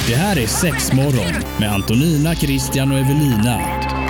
Det här är Sexmorgon med Antonina, Christian och Evelina.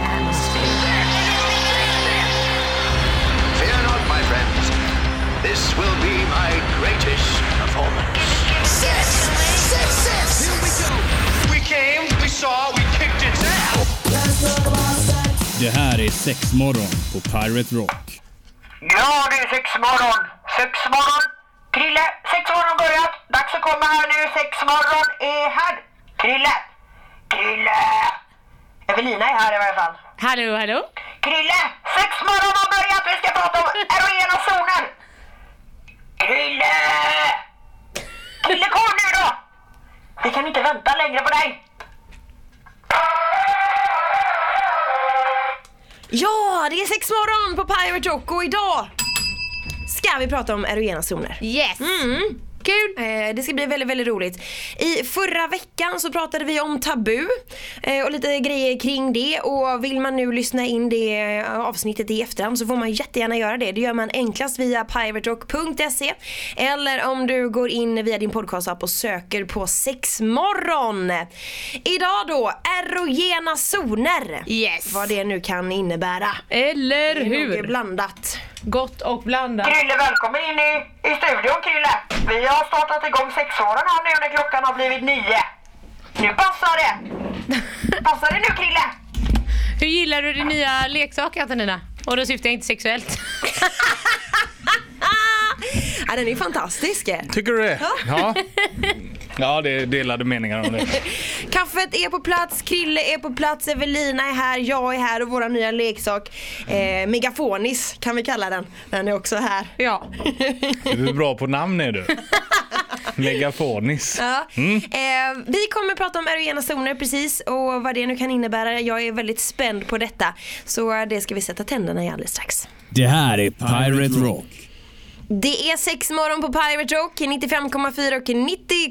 Fear not, my friends. This will be my greatest performance. Six! Here we go! We came, we saw, we kicked its ass. Det här är Sexmorgon på Pirate Rock. Ja, det är sexmorgon. Sexmorgon. Krille, sexmorgon börjat. Dags att komma här nu. Sexmorgon är här. Krille. Krille. Evelina är här i varje fall. Hallå, hallå. Krille, sexmorgon har börjat. Vi ska prata om erogena zoner. Krille. Krille, kom nu då. Vi kan inte vänta längre på dig. Ja, det är Sexmorgon på Pirate Rock och idag ska vi prata om erogena zoner. Yes. Kul. Det ska bli väldigt, väldigt roligt. I förra veckan så pratade vi om tabu och lite grejer kring det. Och vill man nu lyssna in det avsnittet i efterhand så får man jättegärna göra det. Det gör man enklast via piraterock.se eller om du går in via din podcastapp och söker på Sexmorgon. Idag då, erogena zoner. Yes. Vad det nu kan innebära. Eller Det är nog hur? blandat. Gott och blandat. Krille, välkommen in i studion, Krille. Vi har startat igång sexåren här nu när klockan har blivit 9. Nu passar det. Passar det nu, Krille? Hur gillar du din nya leksak, Antonina? Och då syftar jag inte sexuellt. Ja, den är fantastisk. Tycker du det? Ja. Ja, det är delade meningar om det. Kaffet är på plats, Krille är på plats, Evelina är här, jag är här och våra nya leksak Megafonis kan vi kalla den. Den är också här. Ja. Du är bra på namn är du. Megafonis. Ja. Vi kommer prata om erogena zoner precis och vad det nu kan innebära. Jag är väldigt spänd på detta. Så det ska vi sätta tänderna i alldeles strax. Det här är Pirate Rock. Det är Sexmorgon på Pirate Rock 95,4 och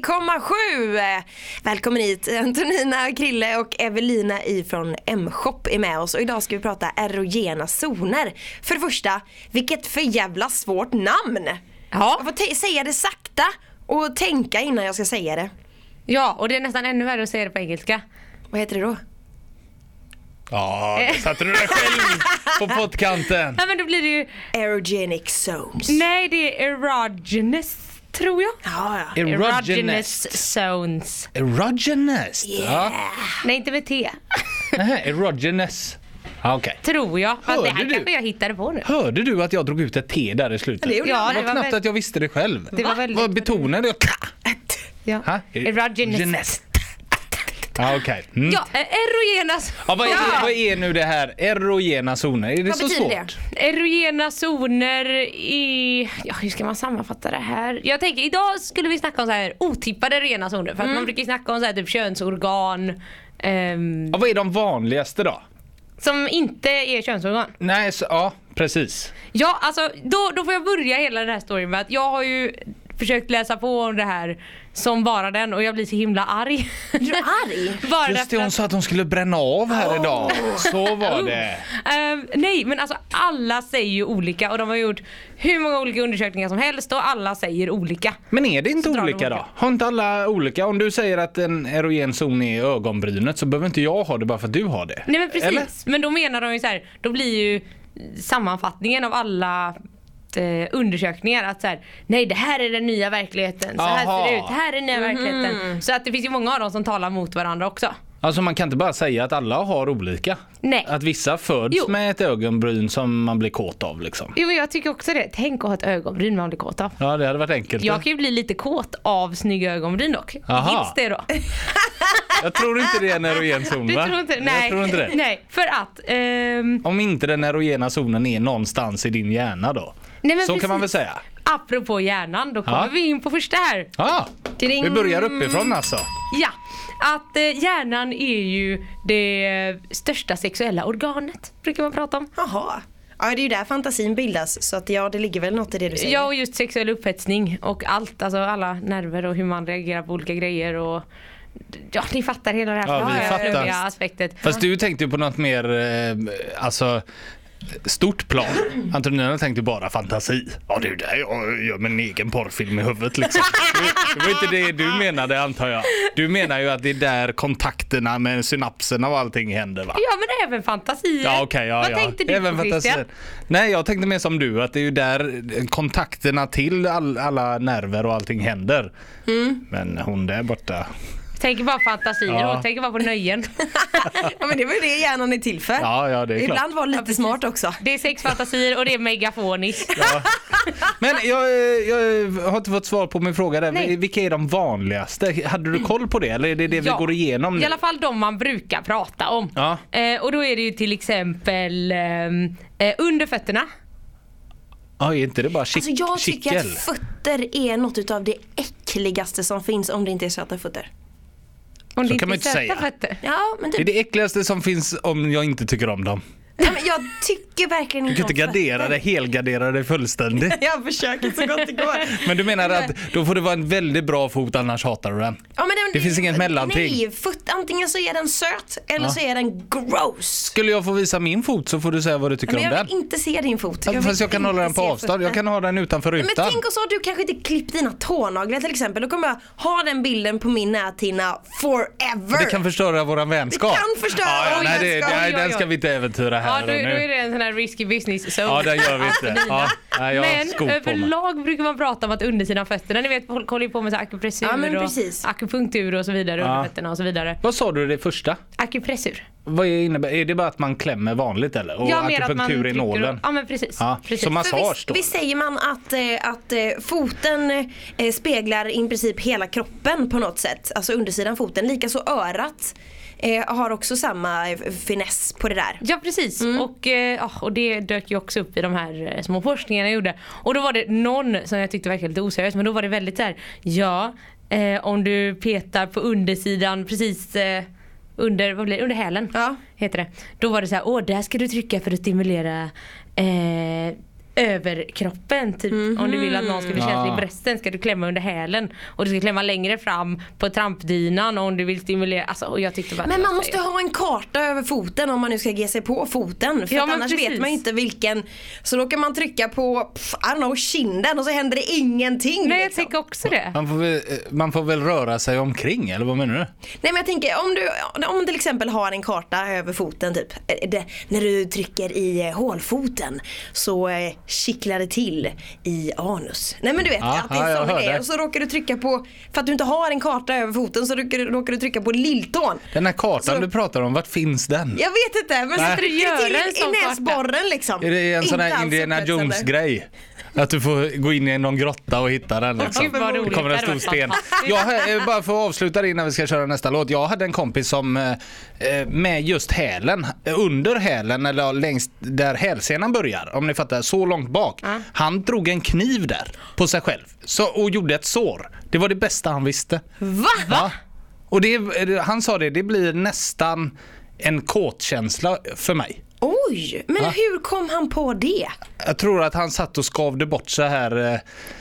90,7. Välkommen hit Antonina, Krille och Evelina ifrån M-shop är med oss. Och idag ska vi prata erogena zoner. För det första, vilket för jävla svårt namn. Ja. Jag får säga det sakta och tänka innan jag ska säga det. Ja, och det är nästan ännu värre att säga det på engelska. Vad heter det då? Ja, det satte du dig själv på pottkanten. Ja, men då blir det ju... Erogenic zones. Nej, det är erogenous, tror jag. Ja. Erogenous zones. Erogenous? Ja. Nej, inte med T. Nähä, erogenous. Ja, okej. Tror jag. Fast det här Hörde du? kanske jag hittade på nu. Hörde du att jag drog ut ett T där i slutet? Det gjorde Ja, Det det var var knappt väl... att jag visste det själv. Det var väldigt... Vad betonade jag? Ja. Ha? Erogenous. Ja, okej. Mm. Ja, erogenas. Ja, vad är nu det här? Erogena zoner? Är det Vad så betyder svårt? Erogena zoner i... Ja, hur ska man sammanfatta det här? Jag tänker, idag skulle vi snacka om så här otippade erogena zoner. För att man brukar snacka om så här typ könsorgan. Ja, vad är de vanligaste då? Som inte är könsorgan. Nej, ja, precis. Ja, alltså då får jag börja hela den här storyn med att jag har ju försökt läsa på om det här som bara den och jag blir så himla arg. Är du arg? Bara Just det, därför hon sa att de skulle bränna av här idag. Så var det. nej, men alltså alla säger ju olika och de har gjort hur många olika undersökningar som helst och alla säger olika. Men är det inte Så drar de olika olika. då? Har inte alla olika? Om du säger att en erogen zon är i ögonbrynet så behöver inte jag ha det bara för att du har det. Nej, men precis. Eller? Men då menar de ju så här, då blir ju sammanfattningen av alla undersökningar att så här, nej, det här är den nya verkligheten. Så här Aha. ser det ut. Det här är den nya verkligheten. Så att det finns ju många av dem som talar mot varandra också. Alltså man kan inte bara säga att alla har olika. Nej. Att vissa föds Jo. med ett ögonbryn som man blir kåt av liksom. Jo, jag tycker också det. Tänk att ha ett ögonbryn man blir kåt av. Ja, det hade varit enkelt. Jag kan ju bli lite kåt av snygga ögonbryn dock. Aha. Gills det då? Jag tror inte det är en erogen zon, Du va? tror inte? Jag Nej. tror inte det. Nej, för att... Om inte den erogena zonen är någonstans i din hjärna då. nej, men Så precis. kan man väl säga. Apropå hjärnan, då kommer Ja. vi in på första här. Ja, Ding. vi börjar uppifrån alltså. Ja, att hjärnan är ju det största sexuella organet, brukar man prata om. Jaha. Ja, det är ju där fantasin bildas. Så att ja, det ligger väl något i det du säger. Ja, och just sexuell upphetsning och allt, alltså alla nerver och hur man reagerar på olika grejer och ja, ni fattar hela det här Ja, vi fattar. flummiga aspektet. Fast du tänkte ju på något mer, alltså stort plan. Antonina tänkte bara fantasi. Ja, det är där jag gör min egen porrfilm i huvudet liksom. Det var inte det du menade, antar jag. Du menar ju att det är där kontakterna med synapserna och allting händer, va? Ja, men även fantasier. Ja, okej, Vad tänkte du även på, Christian? fantasier. Nej, jag tänkte mer som du, att det är ju där kontakterna till alla nerver och allting händer. Men hon där borta... Tänker bara fantasier, Ja. och tänker bara på nöjen. Ja, men det var ju det hjärnan är till för. Ja, det är klart. Ibland var lite smart också. Det är sexfantasier och det är megafoniskt. Ja. Men jag har inte fått svar på min fråga där. Nej. Vilka är de vanligaste? Hade du koll på det? Eller är det vi går igenom nu? I alla fall de man brukar prata om. Ja. Och då är det ju till exempel under fötterna. Ja, är inte det bara Alltså jag tycker kickel? att fötter är något av det äckligaste som finns om det inte är söta fötter. Om Så det kan man inte inte är söta säga. fötter. Ja, men Det är det äckligaste som finns om jag inte tycker om dem. ja, men jag tycker verkligen Du inte kan inte om gardera fötter. det, helgardera det fullständigt. Jag försöker så gott det går. Men du menar att då får det vara en väldigt bra fot, annars hatar du den? Ja, men Det finns inget mellanting. Nej, antingen så är den söt eller så är den gross. Skulle jag få visa min fot så får du säga vad du tycker Men om jag den. vill inte se din fot. Fast jag kan hålla den på avstånd. Jag kan ha den utanför Men rutan. tänk också att du kanske inte klippt dina tånaglar till exempel. Då kommer jag ha den bilden på min näthinna forever. Det kan förstöra våran vänskap. Det kan förstöra vår nej, vänskap. den ska vi inte äventyra här Ja, då och nu. är det en sån här risky business zone. Ja, det gör vi inte. Ja, nej, jag har skor Men på mig. överlag brukar man prata om att undersidan av fötterna, ni vet, folk håller ju på med så akupressur Ja, men och precis. akupunktur och så vidare, under fötterna och så vidare. Vad sa du det första? Akupressur. Vad innebär? Är det bara att man klämmer vanligt eller? Och Ja, mer att man akupunktur i trycker nålen? och, ja, men precis. Ja, precis. som massage För då? visst säger man att foten speglar i princip hela kroppen på något sätt. Alltså undersidan foten. Likaså örat har också samma finess på det där. Ja, precis. Och det dök ju också upp i de här små forskningarna jag gjorde. Och då var det någon som jag tyckte verkade lite oseriös, men då var det väldigt så här, om du petar på undersidan precis under hälen, heter det. Då var det så här, där ska du trycka för att stimulera överkroppen typ. Om du vill att någon ska bli känslig i brösten ska du klämma under hälen, och du ska klämma längre fram på trampdynan om du vill stimulera, alltså, och jag tyckte bara Men man måste ha en karta över foten om man nu ska ge sig på foten. För Ja, att men annars precis. vet man inte vilken. Så då kan man trycka på I don't know, kinden och så händer det ingenting. Nej, jag liksom. tänker också det. Man får väl röra sig omkring, eller vad menar du? Nej, men jag tänker om du till exempel har en karta över foten typ, när du trycker i hålfoten så kittlar det till i anus. Nej, men du vet att det är jag sån hör grej. det. Och så råkar du trycka på, för att du inte har en karta över foten så råkar du trycka på lilltån. Den här kartan Så- du pratar om, vart finns den? Jag vet inte, men Nej. så trycker Gör till en sån i karta. näsborren liksom. Är det en sån Inte här alls Indiana upphetsande. Jones-grej? Att du får gå in i någon grotta och hitta den liksom. Gud, vad Det roligt. kommer en Det hade stor varit sten. fantastiskt. Bara för att avsluta det innan vi ska köra nästa låt. Jag hade en kompis som med just hälen, under hälen eller längst där hälsenan börjar, om ni fattar, så långt bak. Han drog en kniv där på sig själv och gjorde ett sår. Det var det bästa han visste. Va? Ja. Och han sa det blir nästan en kåtkänsla för mig. Oj, men hur kom han på det? Jag tror att han satt och skavde bort så här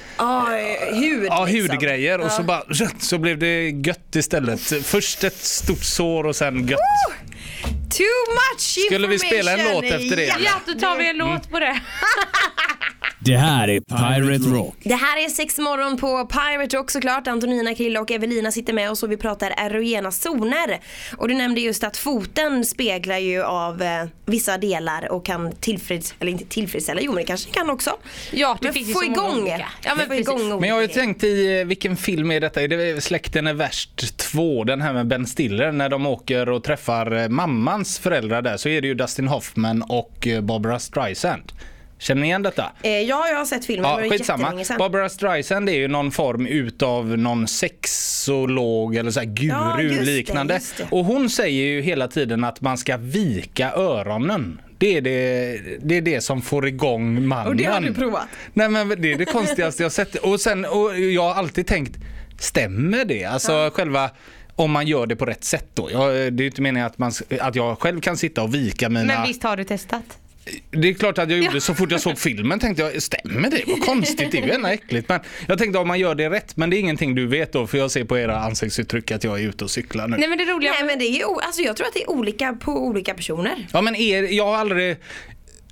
Hud hudgrejer och Ja. så blev det gött istället. Först ett stort sår och sen gött. Too much information. Skulle vi spela en låt efter det? Ja, då tar vi en låt på det. Det här är Pirate Rock. Det här är 6 morgon på Pirate Rock såklart. Antonina, Krille och Evelina sitter med oss och vi pratar erogena zoner. Och du nämnde just att foten speglar ju av vissa delar och kan inte tillfredsställa, jo men det kanske kan också. Ja, det Men finns ju få så många igång. olika. Ja, men Få igång precis. Men jag har ju olika. tänkt i vilken film är detta? Är det Släkten är värst 2, den här med Ben Stiller, när de åker och träffar mammans föräldrar där, så är det ju Dustin Hoffman och Barbara Streisand. Känner ni igen detta? Ja, jag har sett filmen, Ja, men det är skitsamma. jättelänge sedan. Barbara Streisand är ju någon form utav någon sexolog eller så här guru-liknande. just det. Och hon säger ju hela tiden att man ska vika öronen. Det är det som får igång mannen. Och det har du provat? Nej, men det är det konstigaste jag sett. Och jag har alltid tänkt, stämmer det? Alltså själva, om man gör det på rätt sätt då. Det är ju inte meningen att jag själv kan sitta och vika mina... Men visst har du testat? Det är klart att jag gjorde så fort jag såg filmen, tänkte jag, stämmer det? Vad konstigt, det är ju ena äckligt. Men jag tänkte om man gör det rätt, men det är ingenting du vet då, för jag ser på era ansiktsuttryck att jag är ute och cyklar nu. Nej, men det roliga... Nej, men det är ju, alltså jag tror att det är olika på olika personer. Ja, men jag har aldrig...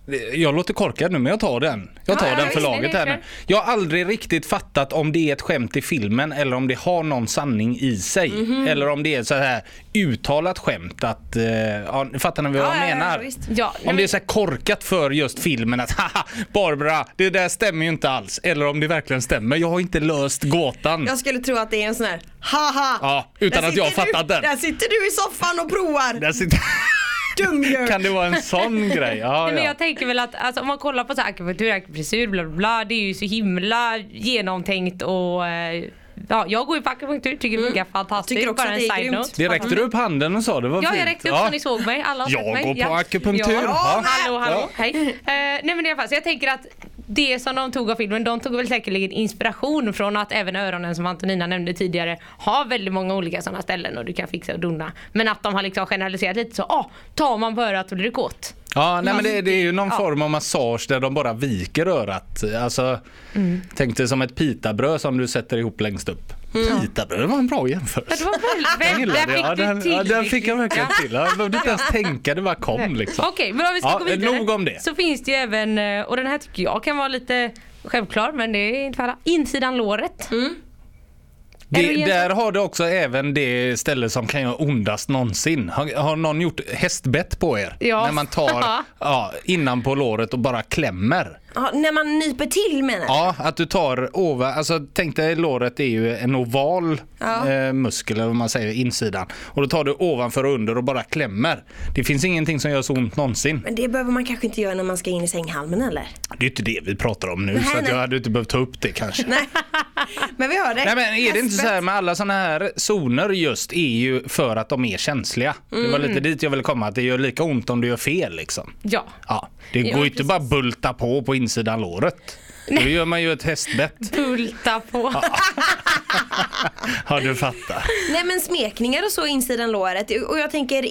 Jag låter korkad nu, men jag tar den. Jag tar den för laget här nu. Jag har aldrig riktigt fattat om det är ett skämt i filmen eller om det har någon sanning i sig. Eller om det är så här uttalat skämt att, fattar ni vad jag menar? Om det är så här korkat för just filmen att haha, Barbara, det där stämmer ju inte alls. Eller om det verkligen stämmer. Jag har inte löst gåtan. Jag skulle tro att det är en sån här haha. Ja, utan att jag har fattat den. Där sitter du i soffan och provar. Där sitter... Dumgör. Kan det vara en sån grej? Ja, men jag tänker väl att alltså, om man kollar på så här akupunktur, akupressur, bla bla bla, det är ju så himla genomtänkt och jag går ju på akupunktur, tycker det är fantastiskt. Tycker också bara att en det är side grymt. note. Det räckte du upp handen och sa det var fint. Ja, jag räckte upp så ni såg mig. Alla har sett mig. Jag går på akupunktur. Hallå, hej. Nej men i alla fall, så jag tänker att det som de tog av filmen, de tog väl säkerligen inspiration från att även öronen som Antonina nämnde tidigare har väldigt många olika sådana ställen och du kan fixa och donna. Men att de har liksom generaliserat lite så, tar man på örat och blir det kåt. Ja, nej, men det är ju någon form av massage där de bara viker örat. Alltså, tänk dig som ett pitabröd som du sätter ihop längst upp. Pitabröd var en bra jämförelse. Det var väldigt, den fick jag verkligen till. Jag behövde inte ens tänka, det bara kom liksom. Okej, men om vi ska gå vidare. Nog om det. Så finns det ju även, och den här tycker jag kan vara lite självklar, men det är inte för alla. Insidan låret. Där har du också även det ställe som kan göra ondast någonsin. Har någon gjort hästbett på er? Ja. När man tar innan på låret och bara klämmer. Ja, när man nyper till menar du? Ja, att du tar ovan, alltså tänk dig låret är ju en oval muskel eller vad man säger, insidan. Och då tar du ovanför och under och bara klämmer. Det finns ingenting som gör så ont någonsin. Men det behöver man kanske inte göra när man ska in i sänghalmen eller? Det är inte det vi pratar om nu, så att jag hade inte behövt ta upp det kanske. Nej, men vi hör det. Nej, men är det inte så här med alla såna här zoner just är ju för att de är känsliga. Det var lite dit jag ville komma, att det gör lika ont om du gör fel liksom. Ja. Det går ju inte bara bulta på insidan låret. Då gör man ju ett hästbett. Bulta på. Ja, du fattar. Nej, men smekningar och så insidan låret. Och jag tänker,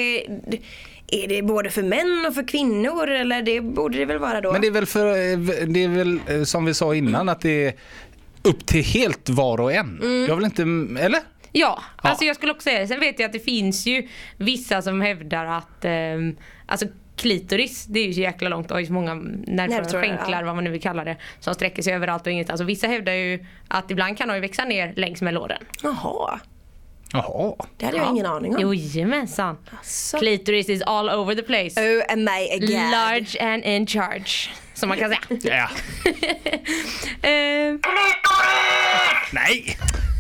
är det både för män och för kvinnor? Eller det borde det väl vara då? Men det är väl som vi sa innan att det är upp till helt var och en. Jag vill inte, eller? Ja, alltså jag skulle också säga det. Sen vet jag att det finns ju vissa som hävdar att alltså klitoris, det är ju så jäkla långt och har ju så många nervtrådar, skänklar, vad man nu vill kalla det, som sträcker sig överallt och inget. Alltså vissa hävdar ju att ibland kan de ju växa ner längs med låren. Jaha. Det hade jag ingen aning om. Jojemensan. Klitoris is all over the place. Oh, am I again. Large and in charge, som man kan säga. Ja. Nej.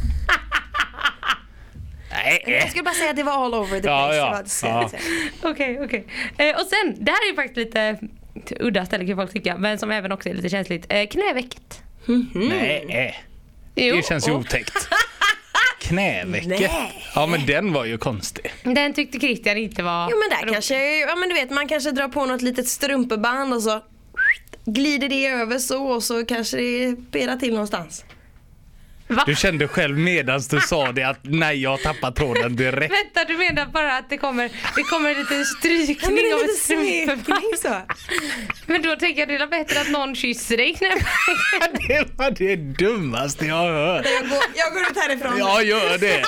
Jag skulle bara säga att det var all over the place. Okej. Och sen, det här är ju faktiskt lite udda ställe kan folk tycka, men som även också är lite känsligt. Knävecket. Nej. Det känns ju otäckt. Knävecket. Ja, men den var ju konstig. Den tyckte Christian inte var... Jo, men där kanske, ja men du vet, man kanske drar på något litet strumpeband och så glider det över så och så kanske det perar till någonstans. Va? Du kände själv medans du sa det att nej, jag tappar tråden direkt. Vänta, du menar bara att det kommer en liten strykning av ett strumpeband så. Men då tänker jag det är bättre att någon kysser dig i knävecket. Det var det dummaste jag har hört. Jag går ut härifrån. Ja, gör det.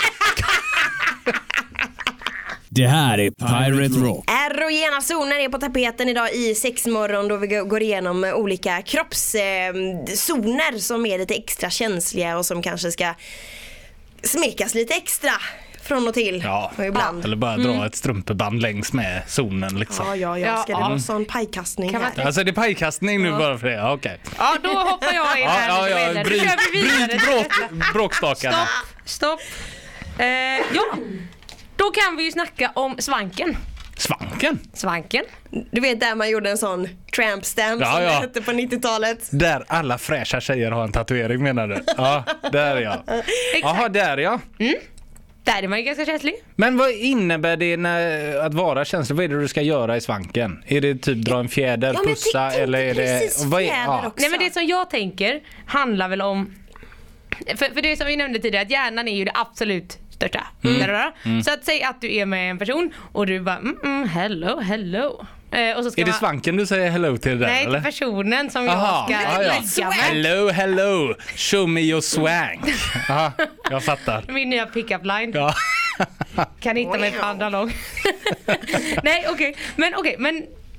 Det här är Pirate Rock. Erogena zoner är på tapeten idag i Sexmorgon, då vi går igenom olika kroppszoner som är lite extra känsliga och som kanske ska smekas lite extra från och till. Ja, och ibland. Eller bara dra ett strumpeband längs med zonen liksom. Ja. Ska det vara sån pajkastning här? Alltså det är pajkastning nu bara för det, ja, okej. Ja, då hoppar jag in här. Ja, bryt bråkstakarna. Stopp. Ja. Då kan vi ju snacka om svanken. Svanken? Du vet där man gjorde en sån tramp stamp som det hette på 90-talet. Där alla fräscha tjejer har en tatuering, menar du? Ja, där ja. Jaha, där ja. Där är man ju ganska känslig. Men vad innebär det att vara känslig? Vad är det du ska göra i svanken? Är det typ dra en fjäder, pussa eller är det... Nej, men det som jag tänker handlar väl om... För det som vi nämnde tidigare, att hjärnan är ju det absolut största. Så att säga att du är med en person och du bara hello. Och så ska är det svanken du säger hello till där? Nej, eller? Till personen som jag ska lägga med. Hello, show me your swank. Aha, jag fattar. Min nya pick-up line. Ja. Kan hitta mig på andra lång. Nej, okej. Men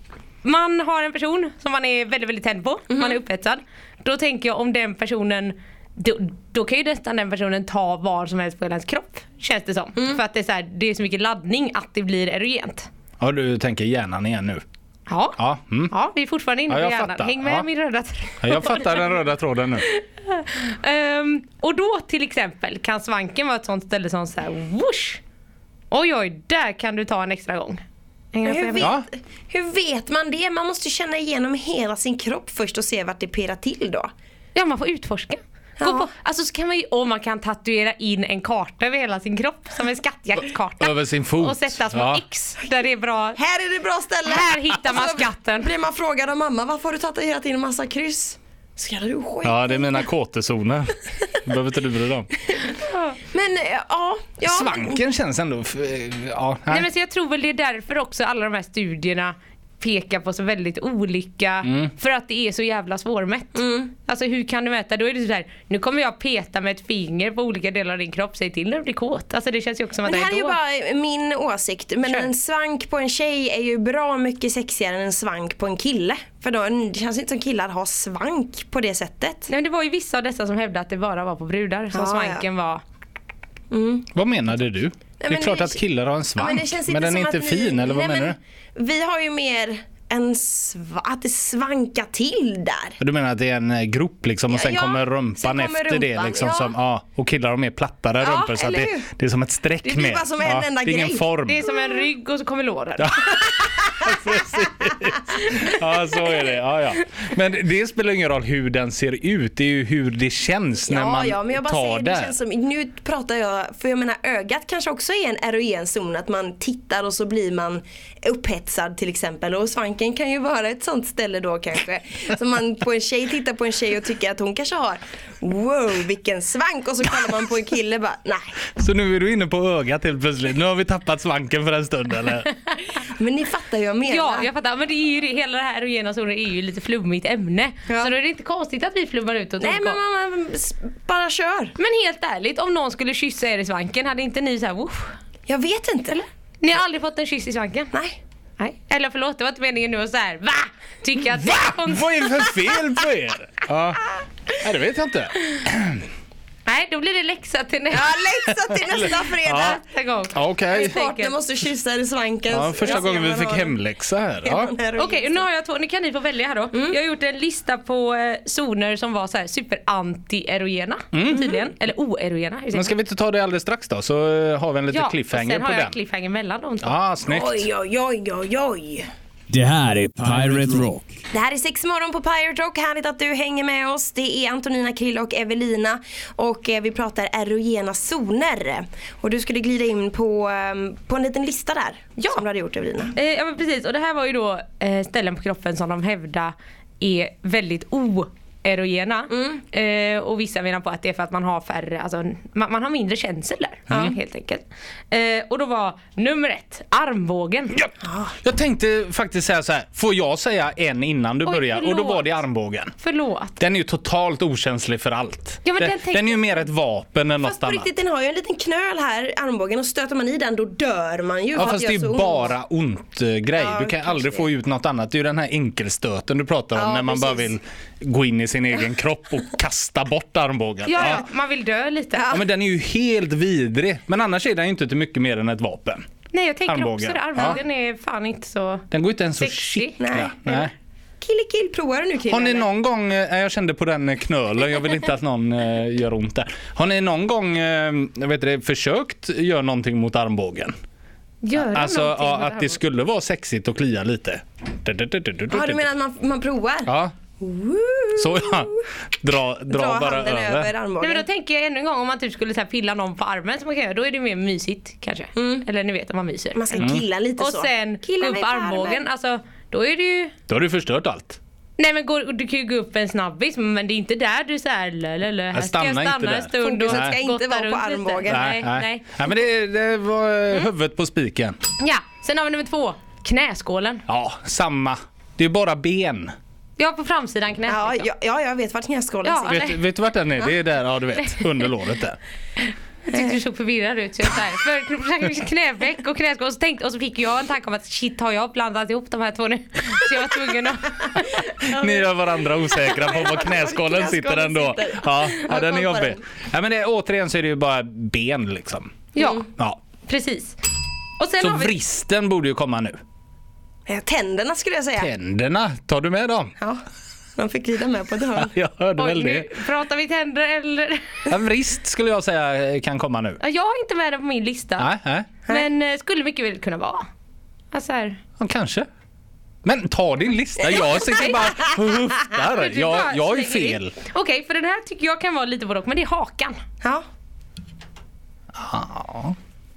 man har en person som man är väldigt, väldigt tänd på. Man är upphetsad. Då tänker jag om den personen, då kan ju nästan den personen ta vad som helst på hela ens kropp, känns det som. För att det är så mycket laddning att det blir erogent. Ja, du tänker hjärnan igen nu. Ja, Ja, ja, vi är fortfarande inne på hjärnan. fattar. Häng med min röda tråd. Ja, jag fattar den röda tråden nu. Och då till exempel kan svanken vara ett sånt ställe som så här whoosh. Oj, där kan du ta en extra gång. Hur vet man det? Man måste känna igenom hela sin kropp först och se vart det pirrar till då. Ja, man får utforska. Alltså så kan man ju, man kan tatuera in en karta över hela sin kropp som en skattjaktkarta. Över sin fot. Och sätta små X där det är bra. Här är det bra ställe. Här hittar man skatten. Blir man frågad av mamma, varför har du tatuerat in en massa kryss? Ska du skit? Ja, det är mina kåtezoner. Behöver inte du bry dig om. Men ja. Svanken känns ändå... Nej, men så jag tror väl det är därför också alla de här studierna pekar på så väldigt olika, för att det är så jävla svårmätt. Alltså hur kan du mäta? Då är det så här, nu kommer jag peta med ett finger på olika delar av din kropp, säg till när du blir kåt. Alltså det känns ju också som att det här är ju bara min åsikt. Men en svank på en tjej är ju bra mycket sexigare än en svank på en kille. För då det känns inte som killar har svank på det sättet. Nej, men det var ju vissa av dessa som hävdade att det bara var på brudar som svanken var. Vad menade du? Det är klart att killar har en svank, men den är inte fin, eller vad menar du? Vi har ju mer att det svankar till där. Du menar att det är en grop liksom, och sen kommer rumpan efter det liksom, som, och killar har mer plattare rumpor, så att det är som ett streck med. Det är bara som en enda grej. Ingen form. Det är som en rygg och så kommer låren. Ja, så är det. Ja. Men det spelar ingen roll hur den ser ut, det är ju hur det känns när man men jag bara tar säger, det. Det känns som, nu pratar jag, för jag menar ögat kanske också är en erogen zon, att man tittar och så blir man upphetsad till exempel, och svanken kan ju vara ett sånt ställe då kanske. Så man på en tjej tittar på en tjej och tycker att hon kanske har vilken svank, och så kollar man på en kille bara, nej. Så nu är du inne på ögat helt plötsligt. Nu har vi tappat svanken för en stund, eller? Men ni fattar ju vad jag menar. Ja, jag fattar. Men det är ju det, hela det här erogena zoner är ju lite flummigt ämne. Så då är det inte konstigt att vi flummar ut. Nej, men man bara kör. Men helt ärligt, om någon skulle kyssa er i svanken, hade inte ni så här woof? Jag vet inte. Eller? Ni har aldrig fått en kyss i svanken? Nej. Eller förlåt, det var inte meningen nu att så här, va? Tycker att det är konstigt. Vad är det för fel på er? Ja. Nej, det vet jag inte. Nej, då blir det läxa till nästa fredag. Okej. Partner måste kyssa i svanken. Ja, första gången vi fick hemläxa här. Ja. Okej, nu har jag två. Nu kan ni få välja här då. Jag har gjort en lista på zoner som var så här super anti-erogena tydligen. Eller oerogena. Men ska vi inte ta det alldeles strax då? Så har vi en liten cliffhanger på den. Ja, sen har jag cliffhanger mellan dem två. Ja, snyggt. Oj. Det här är Pirate Rock. Det här är 6 morgon på Pirate Rock. Härligt att du hänger med oss. Det är Antonina, Krill och Evelina. Och vi pratar erogena zoner. Och du skulle glida in på en liten lista där. Som du hade gjort, Evelina. Ja, men precis. Och det här var ju då ställen på kroppen som de hävdar är väldigt erogena. Och vissa menar på att det är för att man har färre, alltså man har mindre känsel där, helt enkelt. Och då var nummer 1 armbågen. Ja. Jag tänkte faktiskt säga så här, får jag säga en innan du börjar? Förlåt. Och då var det armbågen. Förlåt. Den är ju totalt okänslig för allt. Ja, men den är ju mer ett vapen än något Fast på annat. riktigt, den har ju en liten knöl här, armbågen, och stöter man i den då dör man ju. Ja, fast det är ju bara ont grej. Ja, du kan aldrig det. få ut något annat. Det är ju den här enkelstöten du pratar om, när man bara vill gå in i sin egen kropp och kasta bort armbågen. Ja, man vill dö lite. Ja, men den är ju helt vidrig. Men annars är den ju inte till mycket mer än ett vapen. Nej, jag tänker Armbågen. också det. Armbågen är fan inte så... Den går inte ens så Sexy. kittla. Nej. Kill, provar du nu, Krill? Har ni någon gång, jag kände på den knölen, jag vill inte att någon gör ont där. Har ni någon gång, försökt göra någonting mot armbågen? Alltså att det skulle vara sexigt och klia lite. Ja, du menar att man provar? Ja. Så dra bara handen över armbågen. Nej, men då tänker jag ännu en gång, om man typ skulle så här pilla någon på armen som man kan göra, då är det mer mysigt kanske. Eller ni vet om man myser. Man ska killa lite och så. Och sen gå upp armbågen, alltså då är det ju... Då har du förstört allt. Nej, men du kan ju gå upp en snabbis, men det är inte där du såhär här ska jag stanna en stund och fokuset ska inte vara på armbågen. Nej, men det var huvudet på spiken. Ja, sen har vi nummer 2, knäskålen. Ja, samma. Det är bara ben. Ja, på framsidan knät. Ja, jag vet vart knäskålen Ja, sitter. Vet du vart den är? Det är där, ja du vet, under låret där. Jag tyckte du såg förvirrad ut. Så jag så här, för knäveck och knäskål. Och så fick jag en tanke om att shit, har jag blandat ihop de här två nu? Så jag var tvungen att... Ni gör varandra osäkra på var knäskålen sitter ändå. Ja, den är jobbig. Ja, men återigen så är det ju bara ben liksom. Ja. Precis. Och sen så har vi... vristen borde ju komma nu. Tänderna skulle jag säga. Tänderna, tar du med dem? Ja, man fick glida med på ett hörn. Jag hörde väl det. Nu pratar vi tänder eller... Ja, vrist skulle jag säga kan komma nu. Jag har inte med det på min lista. Nej. Men skulle mycket väl kunna vara. Alltså här. Ja, kanske. Men ta din lista, jag sitter bara och höftar. Jag är fel. Okej, för den här tycker jag kan vara lite både och, men det är hakan. Ja. Ja.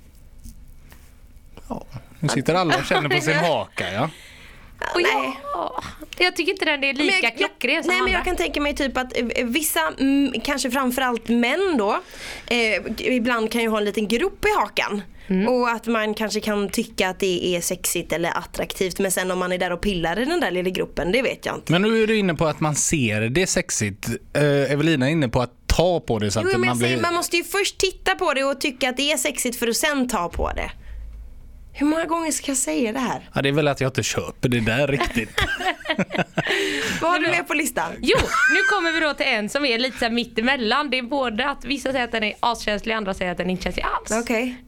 Nu sitter alla och känner på sin haka, ja. Och jag tycker inte den är lika klockren som nej, men andra. jag kan tänka mig typ att vissa, kanske framförallt män då, ibland kan ju ha en liten grop i hakan. Och att man kanske kan tycka att det är sexigt eller attraktivt. Men sen om man är där och pillar i den där lilla gruppen, det vet jag inte. Men nu är du inne på att man ser det sexigt. Evelina är inne på att ta på det så att man blir... Man måste ju först titta på det och tycka att det är sexigt för att sen ta på det. Hur många gånger ska jag säga det här? Ja, det är väl att jag inte köper det där riktigt. Vad har du med på listan? Jo, nu kommer vi då till en som är lite så här mitt emellan. Det är både att vissa säger att den är askänslig, andra säger att den inte känslig alls. Okej.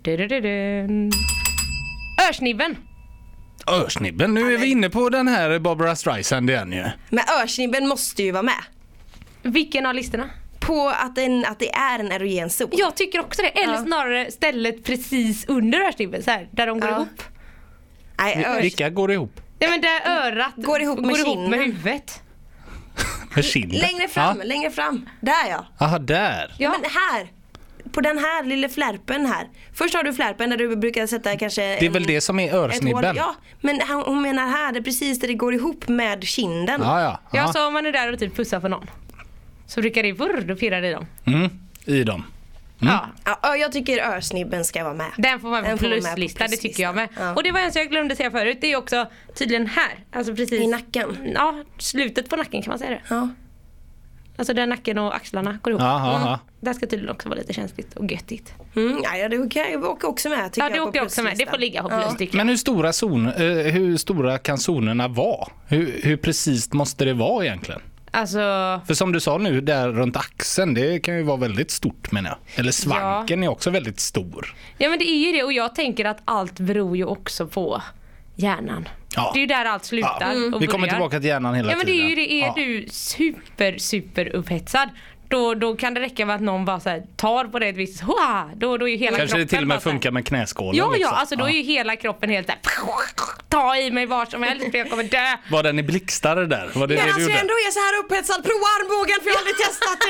Örsnibben. Örsnibben, nu är vi inne på den här Barbara Streisand igen ju. Men örsnibben måste ju vara med. Vilken av listorna? På att det är en erogen zon. Jag tycker också det. Eller snarare stället precis under örsnibben, så här, där de går ihop. Nej, Vilka går ihop? Ja, men där örat går ihop med huvudet. Med kinden? Längre fram. Där ja. Aha, där. Ja, men här. På den här lilla flärpen här. Först har du flärpen där du brukar sätta kanske... Det är väl det som är örsnibben. Ja, men hon menar här, det är precis där det går ihop med kinden. Ja, så om man är där och typ pussar för någon, så brukar det då pirrar i dem. I dem. Ja, jag tycker örsnibben ska vara med. Den får man på pluslista, det tycker jag med. Och det var en som jag glömde säga förut. Det är också tydligen här. Alltså precis i nacken. Ja, slutet på nacken kan man säga det. Ja. Alltså där nacken och axlarna går ihop. Där ska tydligen också vara lite känsligt och göttigt. Ja, det åker också med. Ja, det åker också med. Det får ligga på plus. Men hur stora kan zonerna vara? Hur precis måste det vara egentligen? Alltså... För som du sa nu, där runt axeln, det kan ju vara väldigt stort, menar jag. Eller svanken är också väldigt stor. Ja, men det är ju det, och jag tänker att allt beror ju också på hjärnan. Ja. Det är ju där allt slutar och vi kommer tillbaka till hjärnan hela tiden. Ja, men det är ju det. Är du super upphetsad, då kan det räcka med att någon bara så här tar på det ett visst... Då är ju hela kanske kroppen det till och med funkar med knäskålen. Ja, alltså då är ju hela kroppen helt där. Ta i mig var som helst, för jag kommer dö. Var den i blixtare där? Var det men det alltså du jag ändå är så här upphetsad. Prova armbågen, för jag har aldrig testat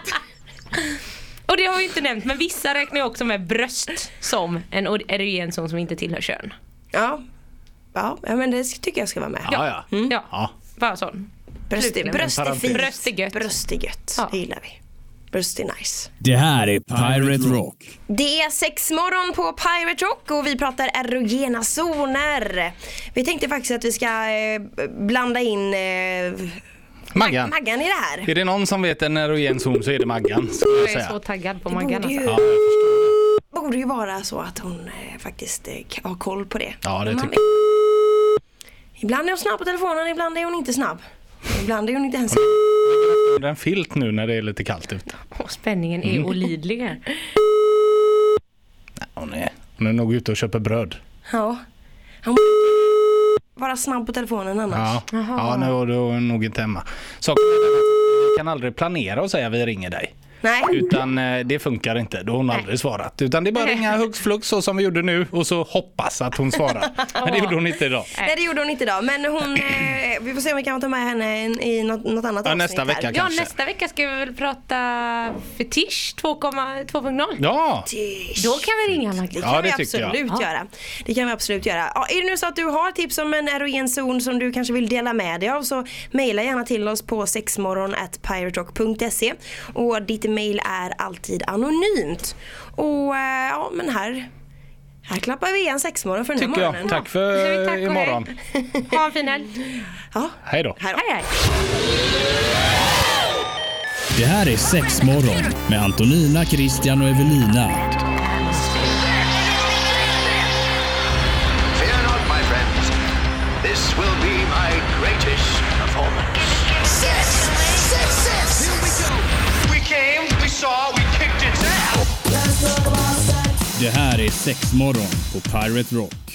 det. Och det har vi inte nämnt, men vissa räknar ju också med bröst som en erogen zon som inte tillhör kön. Ja, men det tycker jag ska vara med. Ja. Bara sån. Bröst är fint. Bröst är gött. Bröst är gött. Ja. Det gillar vi. Bröst är nice. Det här är Pirate Rock. Det är 6 morgon på Pirate Rock och vi pratar erogena zoner. Vi tänkte faktiskt att vi ska blanda in Maggan i det här. Är det någon som vet en erogen zon så är det Maggan. Jag är så taggad på Maggan. Det borde ju vara så att hon faktiskt har koll på det. Ja, det tycker jag. Ibland är hon snabb på telefonen, ibland är hon inte snabb. Ibland är hon inte ens... Det är en filt nu när det är lite kallt ute. Spänningen är olidlig här. Hon är nog ute och köper bröd. Ja. Hon vara snabb på telefonen annars. Ja, nu är du nog inte hemma. Saken är att vi kan aldrig planera och säga vi ringer dig. Nej. Utan det funkar inte, då har hon aldrig svarat. Utan det är bara ringa hux flux så som vi gjorde nu och så hoppas att hon svarar. Men det gjorde hon inte idag. Nej, det gjorde hon inte idag. Men hon, vi får se om vi kan ta med henne i något annat avsnitt nästa vecka här. kanske. Ja, nästa vecka ska vi väl prata fetisch 2.0. Ja. Då kan vi ringa Magda. Det kan vi absolut göra. Det kan vi absolut göra. Ja, är det nu så att du har tips om en erogen zon som du kanske vill dela med dig av, så mejla gärna till oss på sexmorgon@piraterock.se. Och ditt mejl är alltid anonymt. Och ja, men här klappar vi igen 6 morgon för den här morgonen. Jag. Tack för imorgon. Ha en fin helg. Ja. Hej då. Hej. Det här är 6 morgon med Antonina, Christian och Evelina. performance. 6-6. Here we go. We came, we saw, we kicked its ass. Det här är Sexmorgon på Pirate Rock.